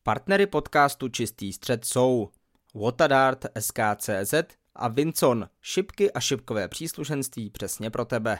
Partnery podcastu Čistý střed jsou Watadart, SK.cz a Vincon, šipky a šipkové příslušenství přesně pro tebe.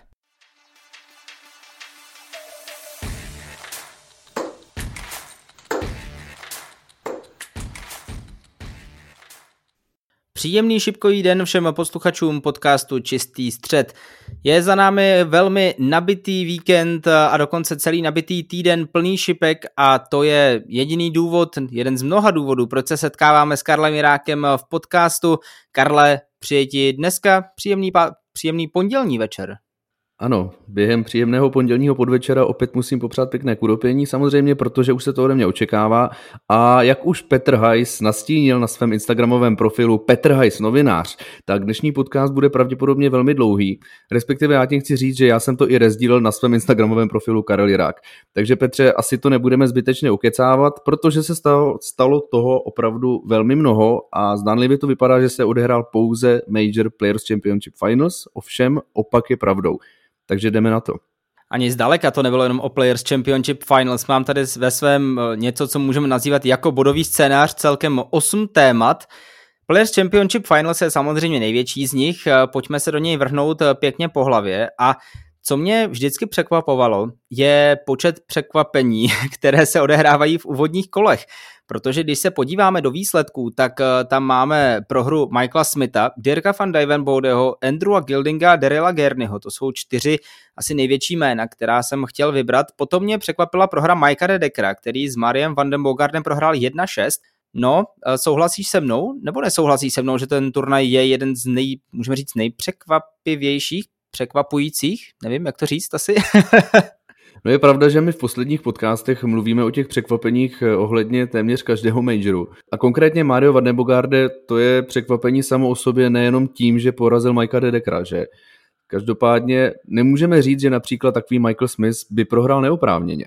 Příjemný šipkový den všem posluchačům podcastu Čistý střed. Je za námi velmi nabitý víkend a dokonce celý nabitý týden plný šipek a to je jediný důvod, jeden z mnoha důvodů, proč se setkáváme s Karlem Jirákem v podcastu. Karle, přijetí dneska příjemný pondělní večer. Ano, během příjemného pondělního podvečera opět musím popřát pěkné kudopění, samozřejmě, protože už se to ode mě očekává. A jak už Petr Hajs nastínil na svém instagramovém profilu Petr Hajs novinář, tak dnešní podcast bude pravděpodobně velmi dlouhý. Respektive já tím chci říct, že já jsem to i rozdílel na svém instagramovém profilu Karel Jirák. Takže Petře, asi to nebudeme zbytečně ukecávat, protože se stalo toho opravdu velmi mnoho a zdánlivě to vypadá, že se odehrál pouze Major Players Championship Finals, ovšem opak je pravdou. Takže jdeme na to. Ani zdaleka to nebylo jenom o Players Championship Finals. Mám tady ve svém něco, co můžeme nazývat jako bodový scénář, celkem 8 témat. Players Championship Finals je samozřejmě největší z nich. Pojďme se do něj vrhnout pěkně po hlavě. A co mě vždycky překvapovalo, je počet překvapení, které se odehrávají v úvodních kolech. Protože když se podíváme do výsledků, tak tam máme prohru Michaela Smitha, Dirka van Dijvenbodeho, Andrewa Gildinga a Daryla Gurneyho. To jsou 4 asi největší jména, která jsem chtěl vybrat. Potom mě překvapila prohra Mikea de Deckera, který s Mariem van den Bogaardem prohrál 1-6. No, souhlasíš se mnou, nebo nesouhlasíš se mnou, že ten turnaj je jeden z můžeme říct, nejpřekvapivějších, překvapujících? Nevím, jak to říct asi. No je pravda, že my v posledních podcastech mluvíme o těch překvapeních ohledně téměř každého majoru. A konkrétně Mario van den Bogaarde, to je překvapení samo o sobě nejenom tím, že porazil Mikea de Deckera, že? Každopádně nemůžeme říct, že například takový Michael Smith by prohrál neoprávněně.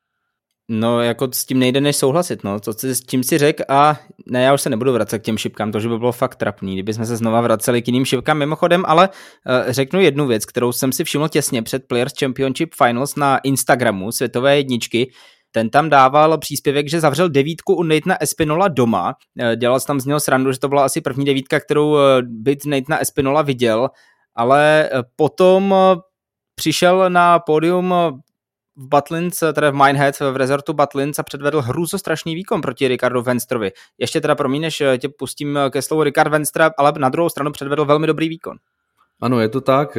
No, jako s tím nejde než souhlasit, no, to s tím si řekl a ne, já už se nebudu vracet k těm šipkám, to by bylo fakt trapný, kdybychom se znova vraceli k jiným šipkám mimochodem, ale řeknu jednu věc, kterou jsem si všiml těsně před Players Championship Finals na Instagramu světové jedničky. Ten tam dával příspěvek, že zavřel 9 u Nathana Espinola doma, dělal tam z něho srandu, že to byla asi první 9, kterou byt Nathana Espinola viděl, ale potom přišel na pódium v Butlins, teda v Minehead, v rezortu Butlins a předvedl hrůzostrašný výkon proti Riccardu Wenstrovi. Ještě teda promiň, než tě pustím ke slovu Rickard Wenstra, ale na druhou stranu předvedl velmi dobrý výkon. Ano, je to tak,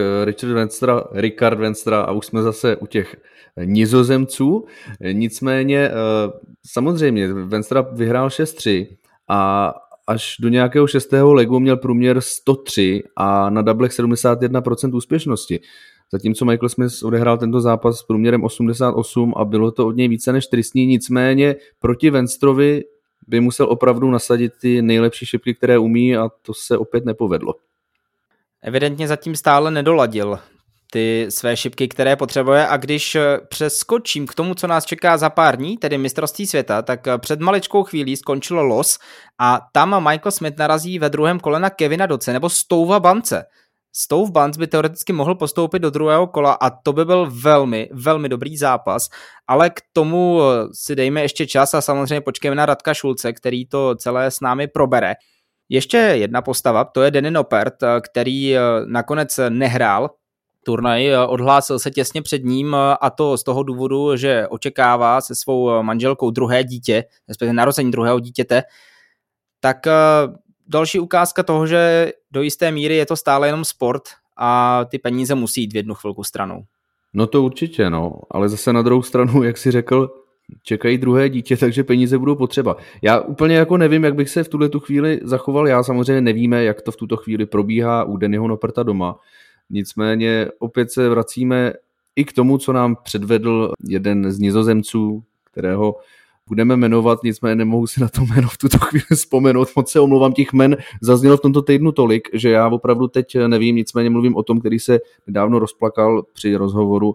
Rickard Wenstra a už jsme zase u těch Nizozemců, nicméně samozřejmě Wenstra vyhrál 6-3 a až do nějakého 6. legu měl průměr 103 a na doublech 71% úspěšnosti. Zatímco Michael Smith odehrál tento zápas s průměrem 88 a bylo to od něj více než tristní, nicméně proti Wenstrovi by musel opravdu nasadit ty nejlepší šipky, které umí a to se opět nepovedlo. Evidentně zatím stále nedoladil ty své šipky, které potřebuje a když přeskočím k tomu, co nás čeká za pár dní, tedy mistrovství světa, tak před maličkou chvílí skončilo los a tam Michael Smith narazí ve druhém kole na Kevina Doce nebo Stova Bance. Stove Bunce by teoreticky mohl postoupit do druhého kola a to by byl velmi, velmi dobrý zápas, ale k tomu si dejme ještě čas a samozřejmě počkejme na Radka Šulce, který to celé s námi probere. Ještě jedna postava, to je Danny Noppert, který nakonec nehrál turnaj, odhlásil se těsně před ním a to z toho důvodu, že očekává se svou manželkou druhé dítě, respektive narození druhého dítěte, tak další ukázka toho, že do jisté míry je to stále jenom sport a ty peníze musí jít v jednu chvilku stranou. No to určitě, no, ale zase na druhou stranu, jak si řekl, čekají druhé dítě, takže peníze budou potřeba. Já úplně jako nevím, jak bych se v tuhletu chvíli zachoval, já samozřejmě nevíme, jak to v tuto chvíli probíhá u Dannyho Nopperta doma, nicméně opět se vracíme i k tomu, co nám předvedl jeden z Nizozemců, kterého budeme jmenovat, nicméně nemohu si na to jméno v tuto chvíli vzpomenout, moc se omlouvám, těch jmen zaznělo v tomto týdnu tolik, že já opravdu teď nevím, nicméně mluvím o tom, který se nedávno rozplakal při rozhovoru.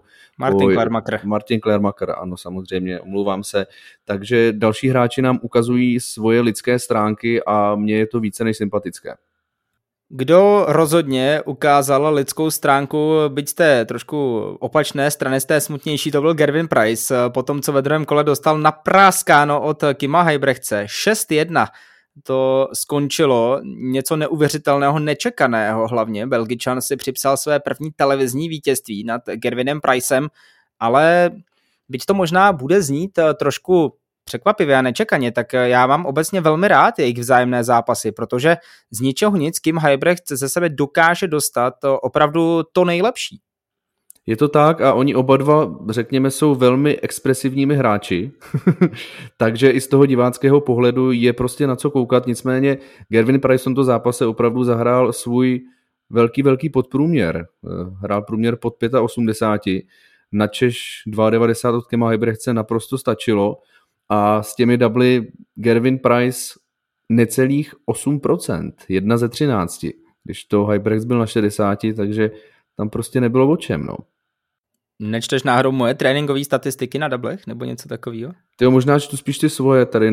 Martin Klärmacher, ano, samozřejmě, omlouvám se. Takže další hráči nám ukazují svoje lidské stránky a mně je to více než sympatické. Kdo rozhodně ukázal lidskou stránku, byť z té trošku opačné strany, z té smutnější, to byl Gervin Price, po tom, co ve druhém kole dostal napráskáno od Kima Huybrechtse. 6-1 to skončilo, něco neuvěřitelného, nečekaného hlavně. Belgičan si připsal své první televizní vítězství nad Gervinem Pricem, ale byť to možná bude znít trošku překvapivě a nečekaně, tak já mám obecně velmi rád jejich vzájemné zápasy, protože z ničeho nic Kim Huybrechts ze sebe dokáže dostat opravdu to nejlepší. Je to tak a oni oba dva, řekněme, jsou velmi expresivními hráči, takže i z toho diváckého pohledu je prostě na co koukat, nicméně Gervin Price v tomto zápase opravdu zahrál svůj velký podprůměr, hrál průměr pod 85, načež 2,90 od Kima Huybrechtse naprosto stačilo a s těmi dubly Gervin Price necelých 8%, 1 ze 13, když to Huybrechts byl na 60, takže tam prostě nebylo o čem, no. Nečteš náhodou moje tréninkové statistiky na doublech, nebo něco takového? Ty možná čtu spíš ty svoje tady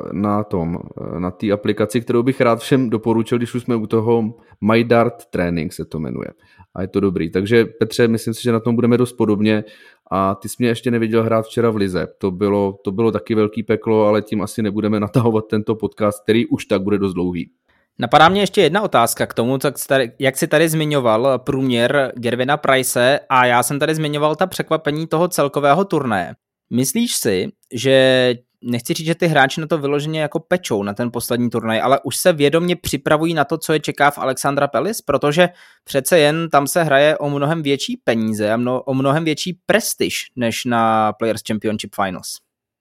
na té aplikaci, kterou bych rád všem doporučil, když už jsme u toho My Dart Training se to jmenuje. A je to dobrý. Takže Petře, myslím si, že na tom budeme dost podobně a ty jsi mě ještě neviděl hrát včera v lize. To bylo taky velký peklo, ale tím asi nebudeme natahovat tento podcast, který už tak bude dost dlouhý. Napadá mě ještě jedna otázka k tomu, jak jsi tady zmiňoval průměr Gervina Price a já jsem tady zmiňoval ta překvapení toho celkového turnaje. Myslíš si, že nechci říct, že ty hráči na to vyloženě jako pečou na ten poslední turnaj, ale už se vědomě připravují na to, co je čeká v Alexandra Palace, protože přece jen tam se hraje o mnohem větší peníze a o mnohem větší prestiž než na Players Championship Finals.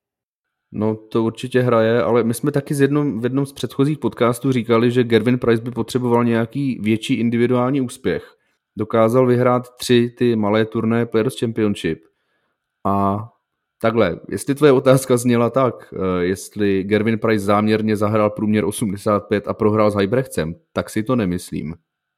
No to určitě hraje, ale my jsme taky v jednom z předchozích podcastů říkali, že Gervin Price by potřeboval nějaký větší individuální úspěch. Dokázal vyhrát 3 ty malé turnaje Players Championship. A takhle, jestli tvoje otázka zněla tak, jestli Gervin Price záměrně zahrál průměr 85 a prohrál s Huybrechtsem, tak si to nemyslím.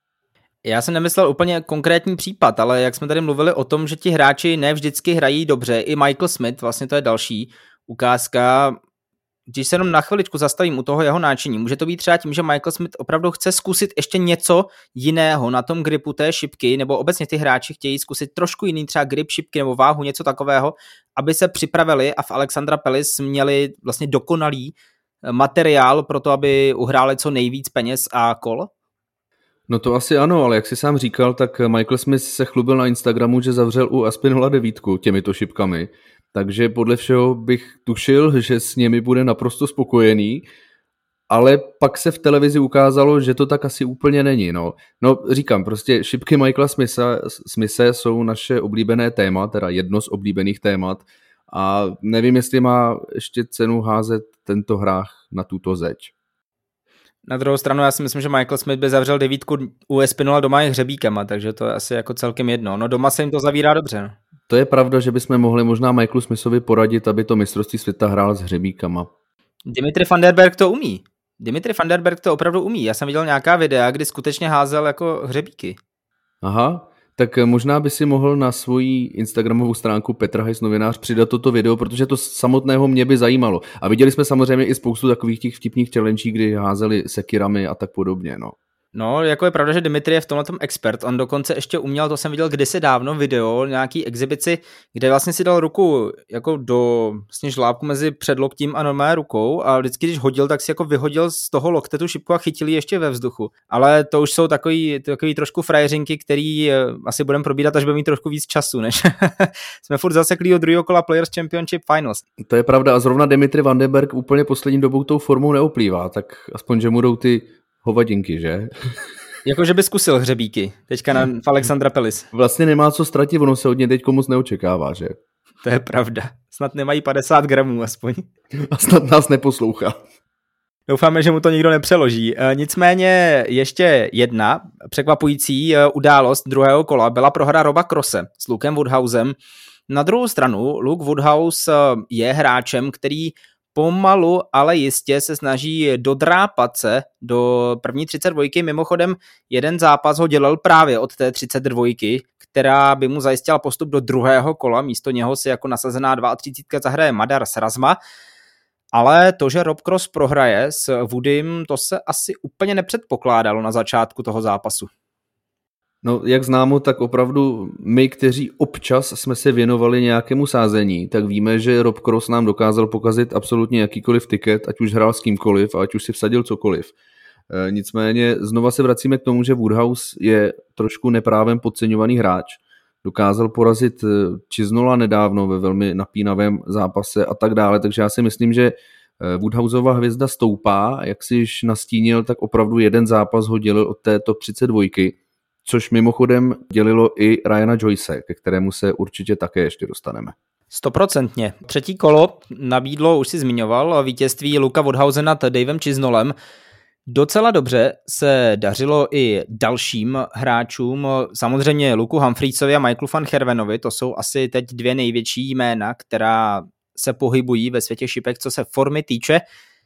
Já jsem nemyslel úplně konkrétní případ, ale jak jsme tady mluvili o tom, že ti hráči ne vždycky hrají dobře, i Michael Smith, vlastně to je další ukázka, když se jenom na chviličku zastavím u toho jeho náčiní, může to být třeba tím, že Michael Smith opravdu chce zkusit ještě něco jiného na tom gripu té šipky, nebo obecně ty hráči chtějí zkusit trošku jiný třeba grip šipky nebo váhu, něco takového, aby se připravili a v Alexandra Palace měli vlastně dokonalý materiál pro to, aby uhráli co nejvíc peněz a kol? No to asi ano, ale jak jsi sám říkal, tak Michael Smith se chlubil na Instagramu, že zavřel u Aspinalla 9 těmito šipkami. Takže podle všeho bych tušil, že s nimi bude naprosto spokojený, ale pak se v televizi ukázalo, že to tak asi úplně není. No říkám, prostě šipky Michaela Smithe jsou naše oblíbené téma, teda jedno z oblíbených témat a nevím, jestli má ještě cenu házet tento hrách na tuto zeď. Na druhou stranu já si myslím, že Michael Smith by zavřel 9 u Espinola doma i hřebíkama, takže to je asi jako celkem jedno. No doma se jim to zavírá dobře. To je pravda, že bychom mohli možná Michaelu Smithovi poradit, aby to mistrovství světa hrál s hřebíkama. Dimitri van der Berg to umí. Dimitri van der Berg to opravdu umí. Já jsem viděl nějaká videa, kdy skutečně házel jako hřebíky. Aha, tak možná by si mohl na svoji instagramovou stránku Petr Hajs novinář přidat toto video, protože to samotného mě by zajímalo. A viděli jsme samozřejmě i spoustu takových těch vtipných challenge, kdy házeli sekirami a tak podobně, no. No, jako je pravda, že Dimitri je v tomhletom expert. On dokonce ještě uměl, to jsem viděl kdysi dávno video, nějaký exibici, kde vlastně si dal ruku jako do vlastně žlábku mezi předloktím a normální rukou a vždycky, když hodil, tak si jako vyhodil z toho lokte tu šipku a chytil ji ještě ve vzduchu. Ale to už jsou takový trošku frajeřinky, který asi budeme probírat, až budeme mít trošku víc času, než jsme furt zaseklí od druhého kola Players Championship Finals. To je pravda a zrovna Dimitri van der Berg úplně poslední dobou tou formou neoplývá, tak aspoň, že mu jdou ty hovadinky, že? Jakože by zkusil hřebíky, teďka v Alexandra Palace. Vlastně nemá co ztratit, ono se od něj teďko moc neočekává, že? To je pravda. Snad nemají 50 gramů aspoň. A snad nás neposlouchá. Doufáme, že mu to nikdo nepřeloží. Nicméně ještě jedna překvapující událost druhého kola byla prohra Roba Crosse s Lukem Woodhousem. Na druhou stranu Luke Woodhouse je hráčem, který pomalu, ale jistě se snaží dodrápat se do první 32. Mimochodem, jeden zápas ho dělal právě od té 32, která by mu zajistila postup do druhého kola. Místo něho si jako nasazená 32 zahraje Madar Srazma. ale to, že Rob Cross prohraje s Woodym, to se asi úplně nepředpokládalo na začátku toho zápasu. No, jak známo, tak opravdu my, kteří občas jsme se věnovali nějakému sázení, tak víme, že Rob Cross nám dokázal pokazit absolutně jakýkoliv tiket, ať už hrál s kýmkoliv a ať už si vsadil cokoliv. Nicméně znova se vracíme k tomu, že Woodhouse je trošku neprávem podceňovaný hráč. Dokázal porazit Chisnella nedávno ve velmi napínavém zápase a tak dále, takže já si myslím, že Woodhouseova hvězda stoupá, jak si již nastínil, tak opravdu jeden zápas ho dělil od té top 32, což mimochodem dělilo i Ryana Joyce, ke kterému se určitě také ještě dostaneme. 100%. Třetí kolo nabídlo, už si zmiňoval, vítězství Luka Woodhouse nad Davem Chisnellem. Docela dobře se dařilo i dalším hráčům, samozřejmě Luku Humphreysovi a Michaelu van Gerwenovi, to jsou asi teď dvě největší jména, která se pohybují ve světě šipek, co se formy týče.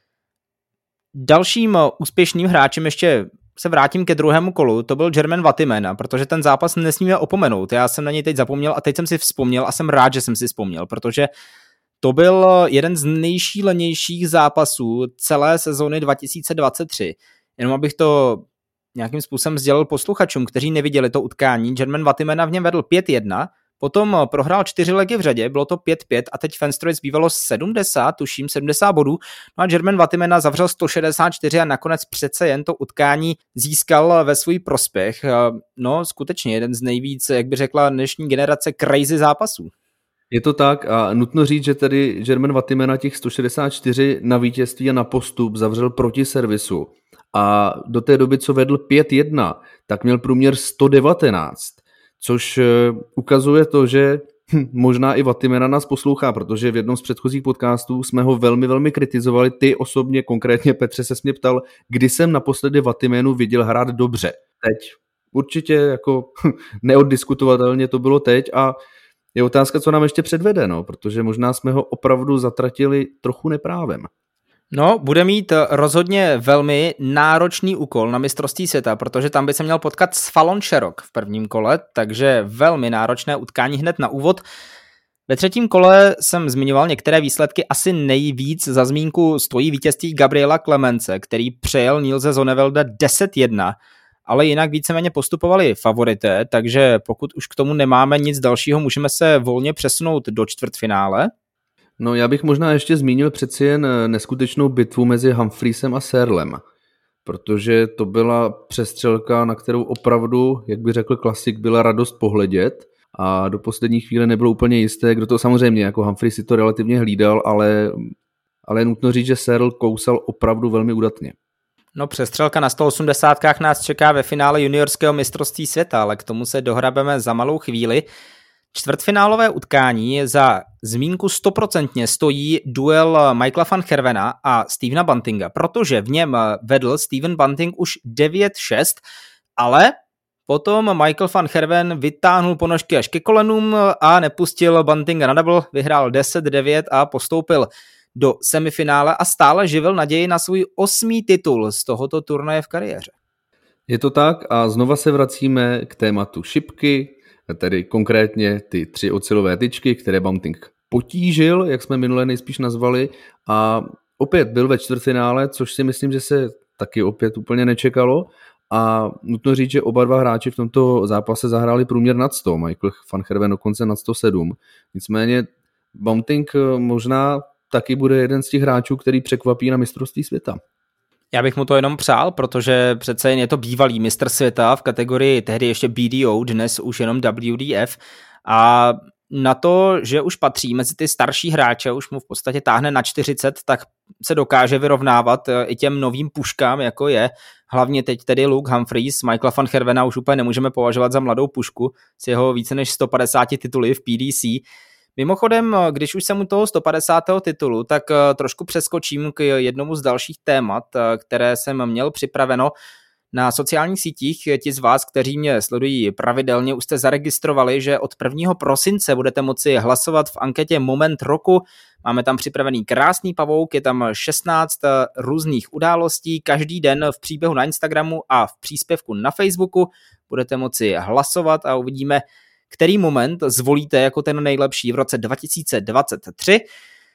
Dalším úspěšným hráčem, ještě se vrátím ke druhému kolu, to byl Germain Watimena, protože ten zápas nesmíme opomenout. Já jsem na něj teď zapomněl a teď jsem si vzpomněl a jsem rád, že jsem si vzpomněl, protože to byl jeden z nejšílenějších zápasů celé sezóny 2023. Jenom abych to nějakým způsobem sdělil posluchačům, kteří neviděli to utkání. Germain Watimena v něm vedl 5-1, potom prohrál 4 legy v řadě, bylo to 5-5 a teď Fenstroup zbývalo 70 bodů. No a Germain Watimena zavřel 164 a nakonec přece jen to utkání získal ve svůj prospěch. No skutečně jeden z nejvíc, jak by řekla dnešní generace, crazy zápasů. Je to tak a nutno říct, že tedy Germain Watimena těch 164 na vítězství a na postup zavřel proti servisu a do té doby, co vedl 5-1, tak měl průměr 119, což ukazuje to, že možná i Watimena nás poslouchá, protože v jednom z předchozích podcastů jsme ho velmi, velmi kritizovali. Ty osobně, konkrétně Petře, se mě ptal, kdy jsem naposledy Watimenu viděl hrát dobře. Teď. Určitě jako neoddiskutovatelně to bylo teď a je otázka, co nám ještě předvede, no, protože možná jsme ho opravdu zatratili trochu neprávem. No, bude mít rozhodně velmi náročný úkol na mistrovství světa, protože tam by se měl potkat s Fallon Sherrock v prvním kole, takže velmi náročné utkání hned na úvod. Ve třetím kole jsem zmiňoval některé výsledky, asi nejvíc za zmínku stojí vítězství Gabriela Clemence, který přejel Nielse Zonnevelda 10-1, ale jinak víceméně postupovali favorité, takže pokud už k tomu nemáme nic dalšího, můžeme se volně přesunout do čtvrtfinále. No já bych možná ještě zmínil přeci jen neskutečnou bitvu mezi Humphreyem a Searlem, protože to byla přestřelka, na kterou opravdu, jak by řekl klasik, byla radost pohledět a do poslední chvíle nebylo úplně jisté, kdo to samozřejmě, jako Humphrey si to relativně hlídal, ale nutno říct, že Searle kousal opravdu velmi udatně. No přestřelka na 180 nás čeká ve finále juniorského mistrovství světa, ale k tomu se dohrabeme za malou chvíli. Čtvrtfinálové utkání za zmínku 100% stojí duel Michaela van Gerwena a Stevena Buntinga, protože v něm vedl Steven Bunting už 9-6, ale potom Michael van Gerwen vytáhnul ponožky až ke kolenům a nepustil Buntinga na double, vyhrál 10-9 a postoupil do semifinále a stále živil naději na svůj 8. titul z tohoto turnaje v kariéře. Je to tak a znova se vracíme k tématu šipky, tedy konkrétně ty 3 ocelové tyčky, které Bunting potížil, jak jsme minule nejspíš nazvali, a opět byl ve čtvrtfinále, což si myslím, že se taky opět úplně nečekalo a nutno říct, že oba dva hráči v tomto zápase zahráli průměr nad 100, Michael van Gerwen dokonce nad 107. Nicméně Bunting možná taky bude jeden z těch hráčů, který překvapí na mistrovství světa. Já bych mu to jenom přál, protože přece jen je to bývalý mistr světa v kategorii tehdy ještě BDO, dnes už jenom WDF a na to, že už patří mezi ty starší hráče, už mu v podstatě táhne na 40, tak se dokáže vyrovnávat i těm novým puškám, jako je hlavně teď tedy Luke Humphreys. Michaela van Gerwena už úplně nemůžeme považovat za mladou pušku s jeho více než 150 tituly v PDC. Mimochodem, když už jsem u toho 150. titulu, tak trošku přeskočím k jednomu z dalších témat, které jsem měl připraveno. Na sociálních sítích ti z vás, kteří mě sledují pravidelně, už jste zaregistrovali, že od 1. prosince budete moci hlasovat v anketě Moment roku. Máme tam připravený krásný pavouk, je tam 16 různých událostí. Každý den v příběhu na Instagramu a v příspěvku na Facebooku budete moci hlasovat a uvidíme, který moment zvolíte jako ten nejlepší v roce 2023.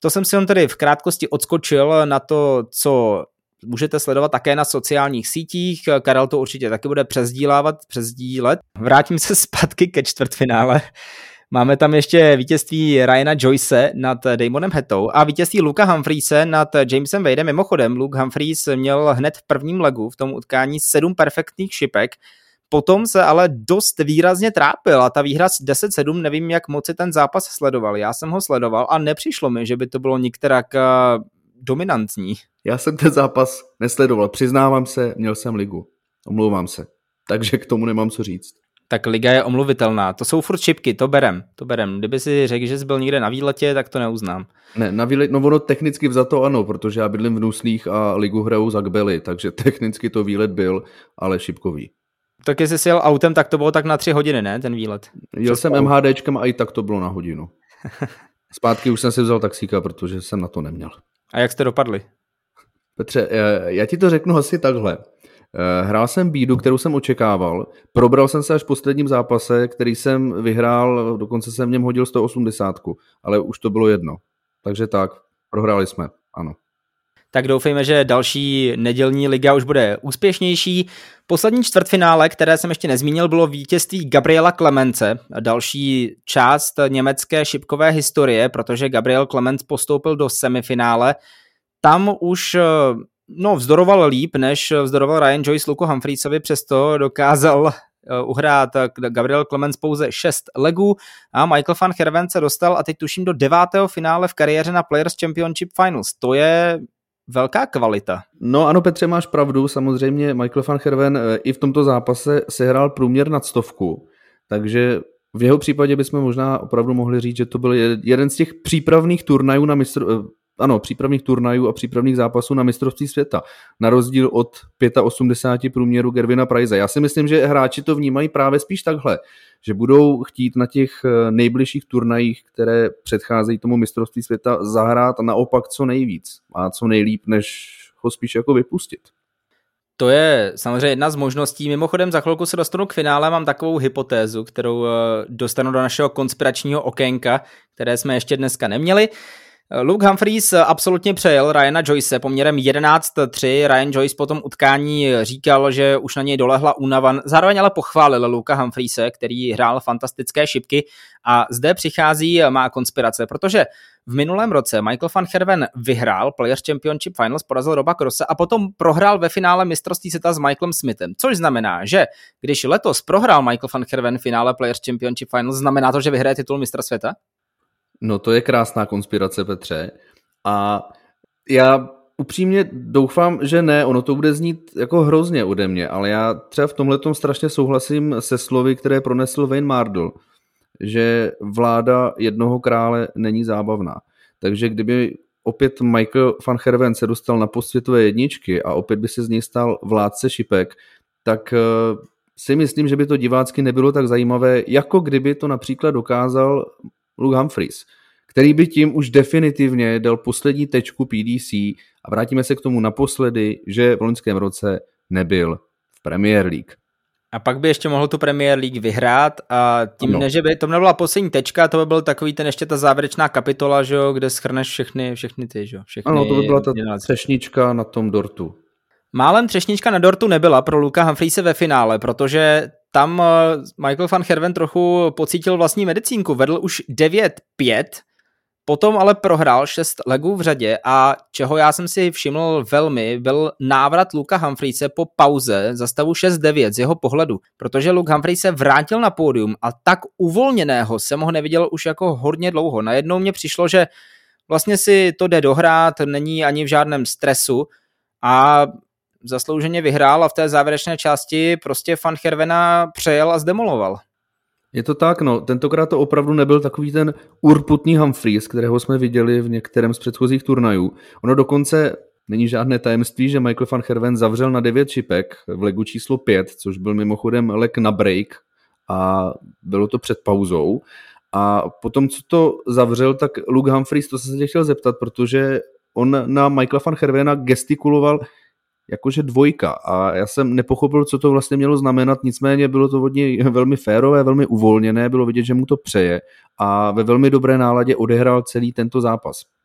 To jsem si on tedy v krátkosti odskočil na to, co můžete sledovat také na sociálních sítích. Karel to určitě taky bude přesdílet. Vrátím se zpátky ke čtvrtfinále. Máme tam ještě vítězství Ryana Joyce nad Damonem Hettou a vítězství Luka Humphreise nad Jamesem Wadem. Mimochodem, Luke Humphreys měl hned v prvním legu v tom utkání 7 perfektních šipek, potom se ale dost výrazně trápil a ta výhra 10-7, nevím, jak moc ten zápas sledoval. Já jsem ho sledoval a nepřišlo mi, že by to bylo nikterak dominantní. Já jsem ten zápas nesledoval, přiznávám se, měl jsem ligu. Omlouvám se, takže k tomu nemám co říct. Tak liga je omluvitelná. To jsou furt šipky, to berem. Kdyby si řekl, že jsi byl někde na výletě, tak to neuznám. Ne, na výlet, no ono technicky vzato ano, protože já bydlím v Nuslích a ligu hraju za Kbely, takže technicky to výlet byl, ale šipkový. Tak jestli jsi jel autem, tak to bylo tak na 3 hodiny, ne, ten výlet? Jel jsem MHDčkem a i tak to bylo na hodinu. Zpátky už jsem si vzal taxíka, protože jsem na to neměl. A jak jste dopadli? Petře, já ti to řeknu asi takhle. Hrál jsem bídu, kterou jsem očekával, probral jsem se až v posledním zápase, který jsem vyhrál, dokonce jsem v něm hodil 180, ale už to bylo jedno. Takže tak, prohráli jsme, ano. Tak doufejme, že další nedělní liga už bude úspěšnější. Poslední čtvrtfinále, které jsem ještě nezmínil, bylo vítězství Gabriela Clemence, další část německé šipkové historie, protože Gabriel Clemens postoupil do semifinále. Tam už vzdoroval líp, než vzdoroval Ryan Joyce Luku Humphreisovi, přesto dokázal uhrát Gabriel Clemens pouze 6 legů a Michael van Gerwen se dostal a teď tuším do 9. finále v kariéře na Players Championship Finals. To je velká kvalita. No ano, Petře, máš pravdu, samozřejmě Michael van Gerwen i v tomto zápase sehrál průměr nad 100, takže v jeho případě bychom možná opravdu mohli říct, že to byl jeden z těch přípravných turnajů přípravných turnajů a přípravných zápasů na mistrovství světa. Na rozdíl od 85 průměru Gerwina Price. Já si myslím, že hráči to vnímají právě spíš takhle, že budou chtít na těch nejbližších turnajích, které předcházejí tomu mistrovství světa, zahrát naopak co nejvíc a co nejlíp, než ho spíš jako vypustit. To je samozřejmě jedna z možností. Mimochodem za chvilku se dostanu k finále, mám takovou hypotézu, kterou dostanu do našeho konspiračního okénka, které jsme ještě dneska neměli. Luke Humphreys absolutně přejel Ryana Joyce poměrem 11-3. Ryan Joyce po tom utkání říkal, že už na něj dolehla únava. Zároveň ale pochválil Luka Humphreise, který hrál fantastické šipky. A zde přichází má konspirace, protože v minulém roce Michael van Gerwen vyhrál Players Championship Finals, porazil Roba Crosse a potom prohrál ve finále mistrovství světa s Michaelem Smithem. Což znamená, že když letos prohrál Michael van Gerwen v finále Players Championship Finals, znamená to, že vyhraje titul mistra světa? No to je krásná konspirace, Petře. A já upřímně doufám, že ne, ono to bude znít jako hrozně ode mě, ale já třeba v tomhletom strašně souhlasím se slovy, které pronesl Wayne Mardle, že vláda jednoho krále není zábavná. Takže kdyby opět Michael van Gerwen se dostal na post světové jedničky a opět by se z něj stal vládce šipek, tak si myslím, že by to divácky nebylo tak zajímavé, jako kdyby to například dokázal Luke Humphreys, který by tím už definitivně dal poslední tečku PDC a vrátíme se k tomu naposledy, že v loňském roce nebyl v Premier League. A pak by ještě mohl tu Premier League vyhrát a tím ne, že by to nebyla poslední tečka, to by byl takový ten ještě ta závěrečná kapitola, že jo, kde shrneš všechny ty, že jo. Ano, to by byla ta třešnička na tom dortu. Málem třešnička na dortu nebyla pro Luka Humphreise ve finále, protože tam Michael van Gerwen trochu pocítil vlastní medicínku, vedl už 9-5, potom ale prohrál 6 legů v řadě a čeho já jsem si všiml velmi, byl návrat Luka Humphreise po pauze za stavu 6-9 z jeho pohledu, protože Luke Humphreys se vrátil na pódium a tak uvolněného jsem ho neviděl už jako hodně dlouho. Najednou mně přišlo, že vlastně si to jde dohrát, není ani v žádném stresu a zaslouženě vyhrál a v té závěrečné části prostě van Gerwena přejel a zdemoloval. Je to tak, no, tentokrát to opravdu nebyl takový ten urputný Humphreys, kterého jsme viděli v některém z předchozích turnajů. Ono dokonce není žádné tajemství, že Michael van Gerwen zavřel na 9 šipek v legu číslo 5, což byl mimochodem leg na break a bylo to před pauzou. A potom, co to zavřel, tak Luke Humphreys, to jsem se tě chtěl zeptat, protože on na Michaela van Gerwena gestikuloval jakože 2 a já jsem nepochopil, co to vlastně mělo znamenat, nicméně bylo to od něj velmi férové, velmi uvolněné, bylo vidět, že mu to přeje a ve velmi dobré náladě odehrál celý tento zápas.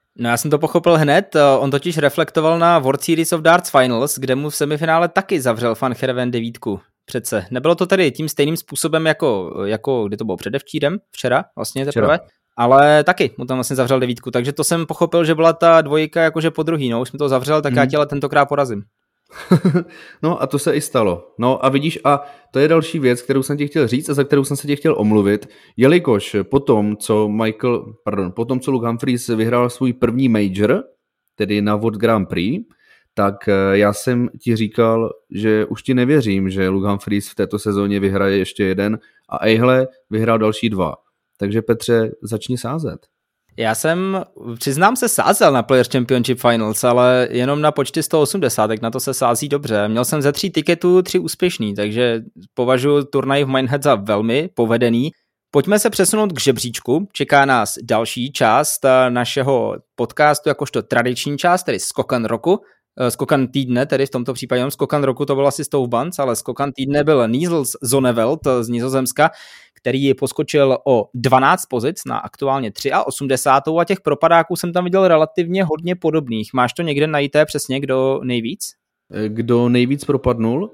No já jsem to pochopil hned, on totiž reflektoval na World Series of Darts Finals, kde mu v semifinále taky zavřel Van Gerwen 9. Přece. Nebylo to tedy tím stejným způsobem jako kdy to bylo předevčírem, včera vlastně teprve, ale taky mu tam vlastně zavřel 9, takže to jsem pochopil, že byla ta dvojka jakože po druhý, no už mi to zavřel, tak já tě ale tentokrát porazím. No a to se i stalo. No a vidíš, a to je další věc, kterou jsem ti chtěl říct a za kterou jsem se tě chtěl omluvit, jelikož potom, co Luke Humphries vyhrál svůj první major, tedy na World Grand Prix, tak já jsem ti říkal, že už ti nevěřím, že Luke Humphries v této sezóně vyhraje ještě jeden a ejhle vyhrál další 2. Takže Petře, začni sázet. Já jsem, přiznám se, sázel na Players Championship Finals, ale jenom na počty 180, tak na to se sází dobře. Měl jsem ze 3 tiketů 3 úspěšný, takže považuji turnaj v Minehead za velmi povedený. Pojďme se přesunout k žebříčku. Čeká nás další část našeho podcastu, jakožto tradiční část, tedy Skokan roku. Skokan týdne, tedy v tomto případě jenom Skokan roku, to byl asi Stouvbans, ale Skokan týdne byl Niels Zonneveld z Nizozemska, který poskočil o 12 pozic na aktuálně 83. a těch propadáků jsem tam viděl relativně hodně podobných. Máš to někde najité přesně, kdo nejvíc? Kdo nejvíc propadnul?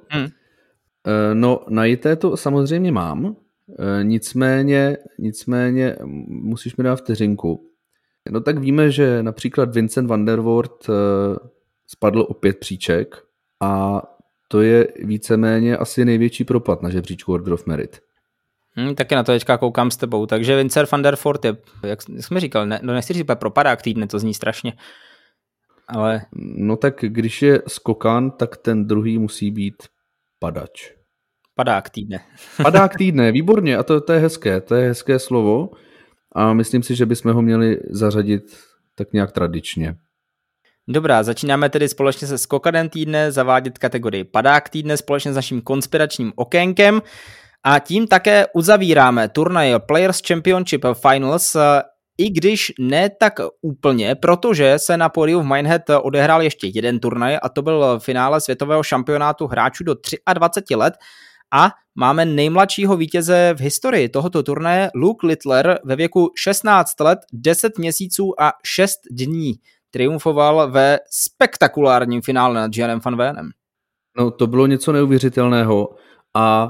No, najité to samozřejmě mám, nicméně musíš mi dát vteřinku. No tak víme, že například Vincent van der Voort spadl o 5 příček a to je víceméně asi největší propad na žebříčku Order of Merit. Taky na to teďka koukám s tebou, takže Vincent van der Voort je, jak jsme říkal, nechci říct propadák týdne, to zní strašně, ale... No tak když je skokan, tak ten druhý musí být padač. Padák týdne. Padák týdne, výborně, a to je hezké slovo a myslím si, že bychom ho měli zařadit tak nějak tradičně. Dobrá, začínáme tedy společně se Skokanem týdne zavádět kategorii Padák týdne společně s naším konspiračním okénkem a tím také uzavíráme turnaj Players Championship Finals, i když ne tak úplně, protože se na pódiu v Minehead odehrál ještě jeden turnaj a to byl finále světového šampionátu hráčů do 23 let a máme nejmladšího vítěze v historii tohoto turnaje, Luke Littler ve věku 16 let, 10 měsíců a 6 dní. Triumfoval ve spektakulárním finále nad Gianem van Weenem. No to bylo něco neuvěřitelného a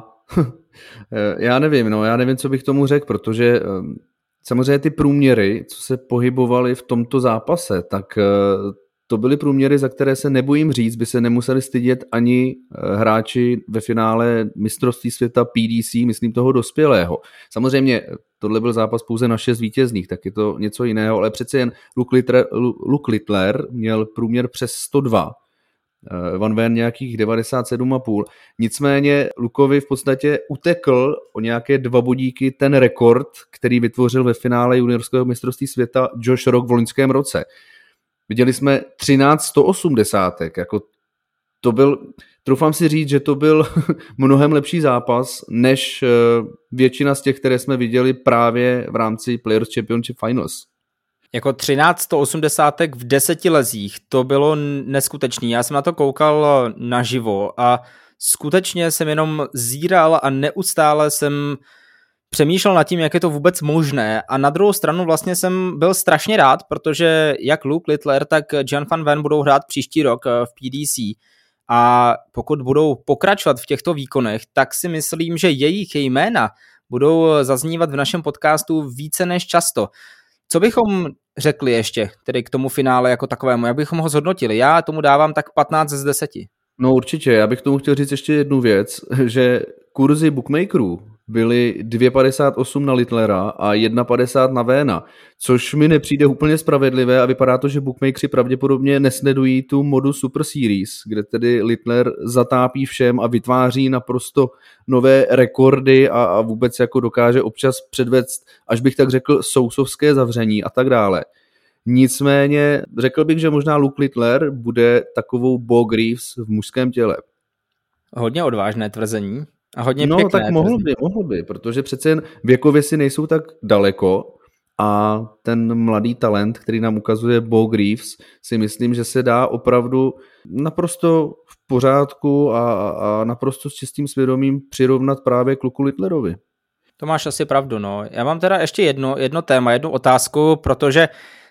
já nevím, co bych tomu řekl, protože samozřejmě ty průměry, co se pohybovaly v tomto zápase, tak to byly průměry, za které se nebojím říct, by se nemuseli stydět ani hráči ve finále mistrovství světa PDC, myslím toho dospělého. Samozřejmě tohle byl zápas pouze na 6 vítězných, tak je to něco jiného, ale přece jen Luke Littler měl průměr přes 102, Van Ween nějakých 97,5. Nicméně Lukovi v podstatě utekl o nějaké 2 bodíky ten rekord, který vytvořil ve finále juniorského mistrovství světa Josh Rock v loňském roce. Viděli jsme 13 180, jako to byl, troufám si říct, že to byl mnohem lepší zápas, než většina z těch, které jsme viděli právě v rámci Players Championship Finals. Jako 13 180 v 10 lezích, to bylo neskutečný. Já jsem na to koukal naživo a skutečně jsem jenom zíral a neustále jsem přemýšlel nad tím, jak je to vůbec možné a na druhou stranu vlastně jsem byl strašně rád, protože jak Luke Littler, tak Gian van Ween budou hrát příští rok v PDC a pokud budou pokračovat v těchto výkonech, tak si myslím, že jejich jména budou zaznívat v našem podcastu více než často. Co bychom řekli ještě, tedy k tomu finále jako takovému, jak bychom ho zhodnotili? Já tomu dávám tak 15 z 10. No určitě, já bych tomu chtěl říct ještě jednu věc, že kurzy bookmakerů byly 2,58 na Littlera a 1,50 na Weena, což mi nepřijde úplně spravedlivé a vypadá to, že bookmakeri pravděpodobně nesledují tu modu Super Series, kde tedy Littler zatápí všem a vytváří naprosto nové rekordy a vůbec jako dokáže občas předvést, až bych tak řekl, sousovské zavření a tak dále. Nicméně řekl bych, že možná Luke Littler bude takovou Bo Greaves v mužském těle. Hodně odvážné tvrzení. A hodně no, pěkné. Tak mohl by, protože přece jen věkově si nejsou tak daleko a ten mladý talent, který nám ukazuje Bo Greaves, si myslím, že se dá opravdu naprosto v pořádku a naprosto s čistým svědomím přirovnat právě k Luku Littlerovi. To máš asi pravdu, no. Já mám teda ještě jedno téma, jednu otázku, protože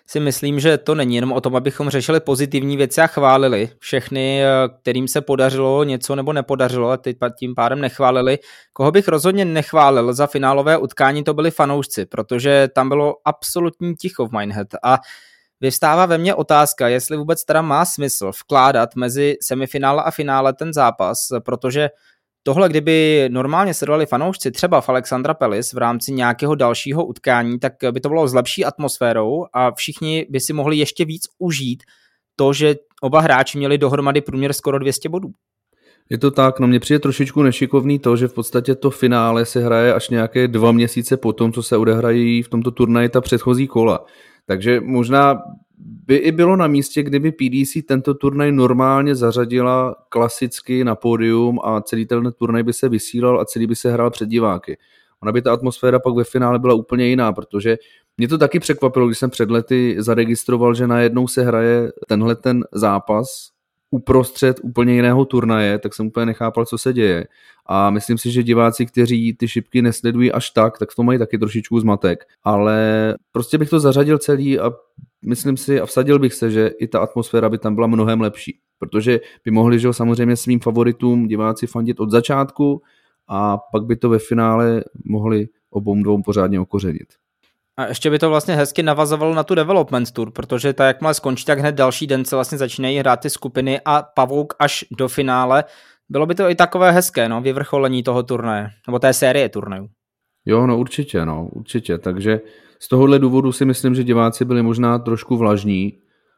si myslím, že to není jenom o tom, abychom řešili pozitivní věci a chválili všechny, kterým se podařilo něco nebo nepodařilo a teď tím pádem nechválili. Koho bych rozhodně nechválil za finálové utkání, to byli fanoušci, protože tam bylo absolutní ticho v Minehead a vyvstává ve mně otázka, jestli vůbec teda má smysl vkládat mezi semifinále a finále ten zápas, protože tohle, kdyby normálně sledovali fanoušci třeba v Alexandra Palace v rámci nějakého dalšího utkání, tak by to bylo s lepší atmosférou a všichni by si mohli ještě víc užít to, že oba hráči měli dohromady průměr skoro 200 bodů. Je to tak, no mně přijde trošičku nešikovný to, že v podstatě to finále se hraje až nějaké 2 měsíce po tom, co se odehrají v tomto turnaji ta předchozí kola. Takže možná by i bylo na místě, kdyby PDC tento turnaj normálně zařadila klasicky na pódium a celý ten turnaj by se vysílal a celý by se hrál před diváky. Ona by ta atmosféra pak ve finále byla úplně jiná, protože mě to taky překvapilo, když jsem před lety zaregistroval, že najednou se hraje tenhle ten zápas uprostřed úplně jiného turnaje, tak jsem úplně nechápal, co se děje. A myslím si, že diváci, kteří ty šipky nesledují až tak to mají taky trošičku zmatek. Ale prostě bych to zařadil celý a myslím si a vsadil bych se, že i ta atmosféra by tam byla mnohem lepší. Protože by mohli, že samozřejmě svým favoritům diváci fandit od začátku a pak by to ve finále mohli obou dvou pořádně okořenit. A ještě by to vlastně hezky navazovalo na tu Development Tour, protože ta jakmile skončí, tak hned další den se vlastně začínají hrát ty skupiny a pavouk až do finále. Bylo by to i takové hezké, no, vyvrcholení toho turnaje, nebo té série turnajů. Jo, no určitě, takže z tohohle důvodu si myslím, že diváci byli možná trošku vlažní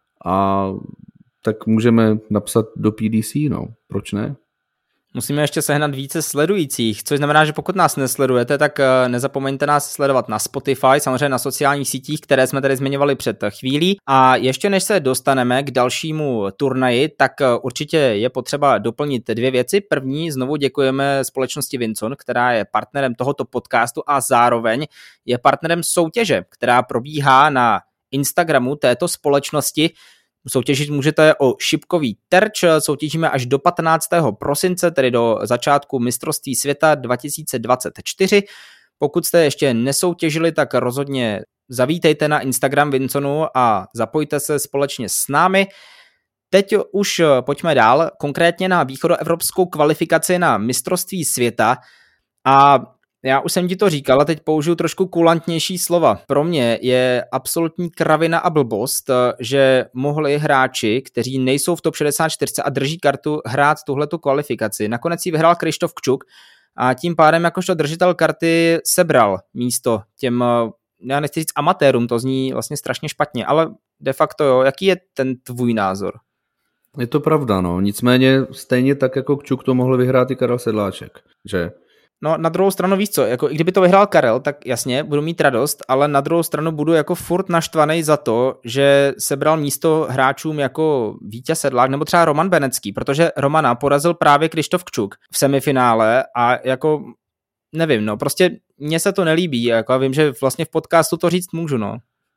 a tak můžeme napsat do PDC, no, proč ne? Musíme ještě sehnat více sledujících, což znamená, že pokud nás nesledujete, tak nezapomeňte nás sledovat na Spotify, samozřejmě na sociálních sítích, které jsme tady zmiňovali před chvílí. A ještě než se dostaneme k dalšímu turnaji, tak určitě je potřeba doplnit 2 věci. První, znovu děkujeme společnosti Vinson, která je partnerem tohoto podcastu a zároveň je partnerem soutěže, která probíhá na Instagramu této společnosti. Soutěžit můžete o šipkový terč, soutěžíme až do 15. prosince, tedy do začátku mistrovství světa 2024. Pokud jste ještě nesoutěžili, tak rozhodně zavítejte na Instagram Vinconu a zapojte se společně s námi. Teď už pojďme dál, konkrétně na východoevropskou kvalifikaci na mistrovství světa a já už jsem ti to říkal a teď použiju trošku kulantnější slova. Pro mě je absolutní kravina a blbost, že mohli hráči, kteří nejsou v top 64 a drží kartu, hrát tuhletu kvalifikaci. Nakonec ji vyhrál Kryštof Kčuk a tím pádem jakožto držitel karty sebral místo těm, já nechci říct amatérům, to zní vlastně strašně špatně, ale de facto jo, jaký je ten tvůj názor? Je to pravda, no, nicméně stejně tak jako Kčuk to mohl vyhrát i Karel Sedláček, že? No na druhou stranu víš co, jako i kdyby to vyhrál Karel, tak jasně, budu mít radost, ale na druhou stranu budu jako furt naštvaný za to, že sebral místo hráčům jako Vítěz Sedlák nebo třeba Roman Benecký, protože Romana porazil právě Kryštof Kčuk v semifinále a jako nevím, no prostě mně se to nelíbí, jako a vím, že vlastně v podcastu to říct můžu, no.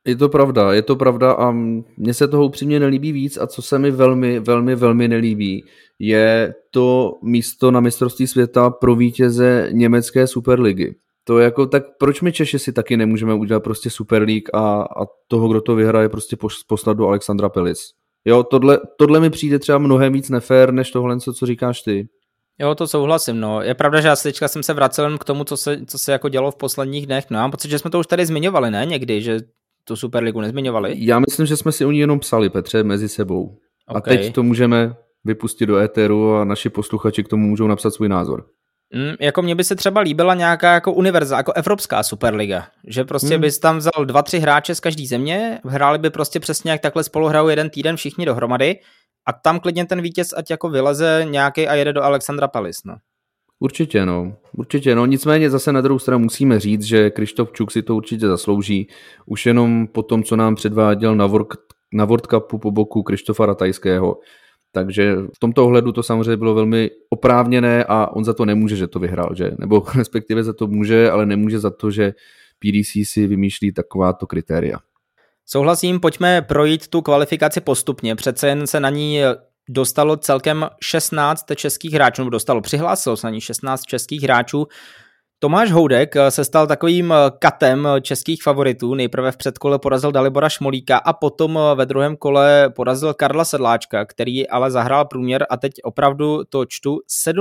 Je to pravda a mně se toho upřímně nelíbí víc a co se mi velmi nelíbí, je to místo na mistrovství světa pro vítěze německé Superligy. To jako, tak proč my Češi si taky nemůžeme udělat prostě Super League a toho, kdo to vyhraje, prostě poslat do Alexandra Palace. Jo, tohle mi přijde třeba mnohem víc nefér, než tohle, co říkáš ty. Jo, to souhlasím, no. Je pravda, že já teďka jsem se vracel jen k tomu, co se jako dělo v posledních dnech. No, mám pocit, že jsme to už tady zmiňovali, ne? Někdy, že tu Superligu nezmiňovali. Já myslím, že jsme si o ní jenom psali, Petře, mezi sebou. Okay. A teď to můžeme vypustit do éteru a naši posluchači k tomu můžou napsat svůj názor. Jako mně by se třeba líbila nějaká jako univerzál, jako Evropská Superliga, že prostě bys tam vzal 2-3 hráče z každé země, hráli by prostě přesně jak takhle spolu hrajou jeden týden všichni dohromady a tam klidně ten vítěz ať jako vyleze nějaký a jede do Alexandra Palace, no. Určitě, no. Nicméně zase na druhou stranu musíme říct, že Kryštof Kčuk si to určitě zaslouží. Už jenom po tom, co nám předváděl na World Cupu po boku Krištofa Ratajského. Takže v tomto ohledu to samozřejmě bylo velmi oprávněné a on za to nemůže, že to vyhrál, že? Nebo respektive za to může, ale nemůže za to, že PDC si vymýšlí takováto kritéria. Souhlasím, pojďme projít tu kvalifikaci postupně. Přece jen se na ní dostalo celkem 16 českých hráčů, přihlásilo se na ní 16 českých hráčů, Tomáš Houdek se stal takovým katem českých favoritů. Nejprve v předkole porazil Dalibora Šmolíka a potom ve druhém kole porazil Karla Sedláčka, který ale zahrál průměr a teď opravdu to čtu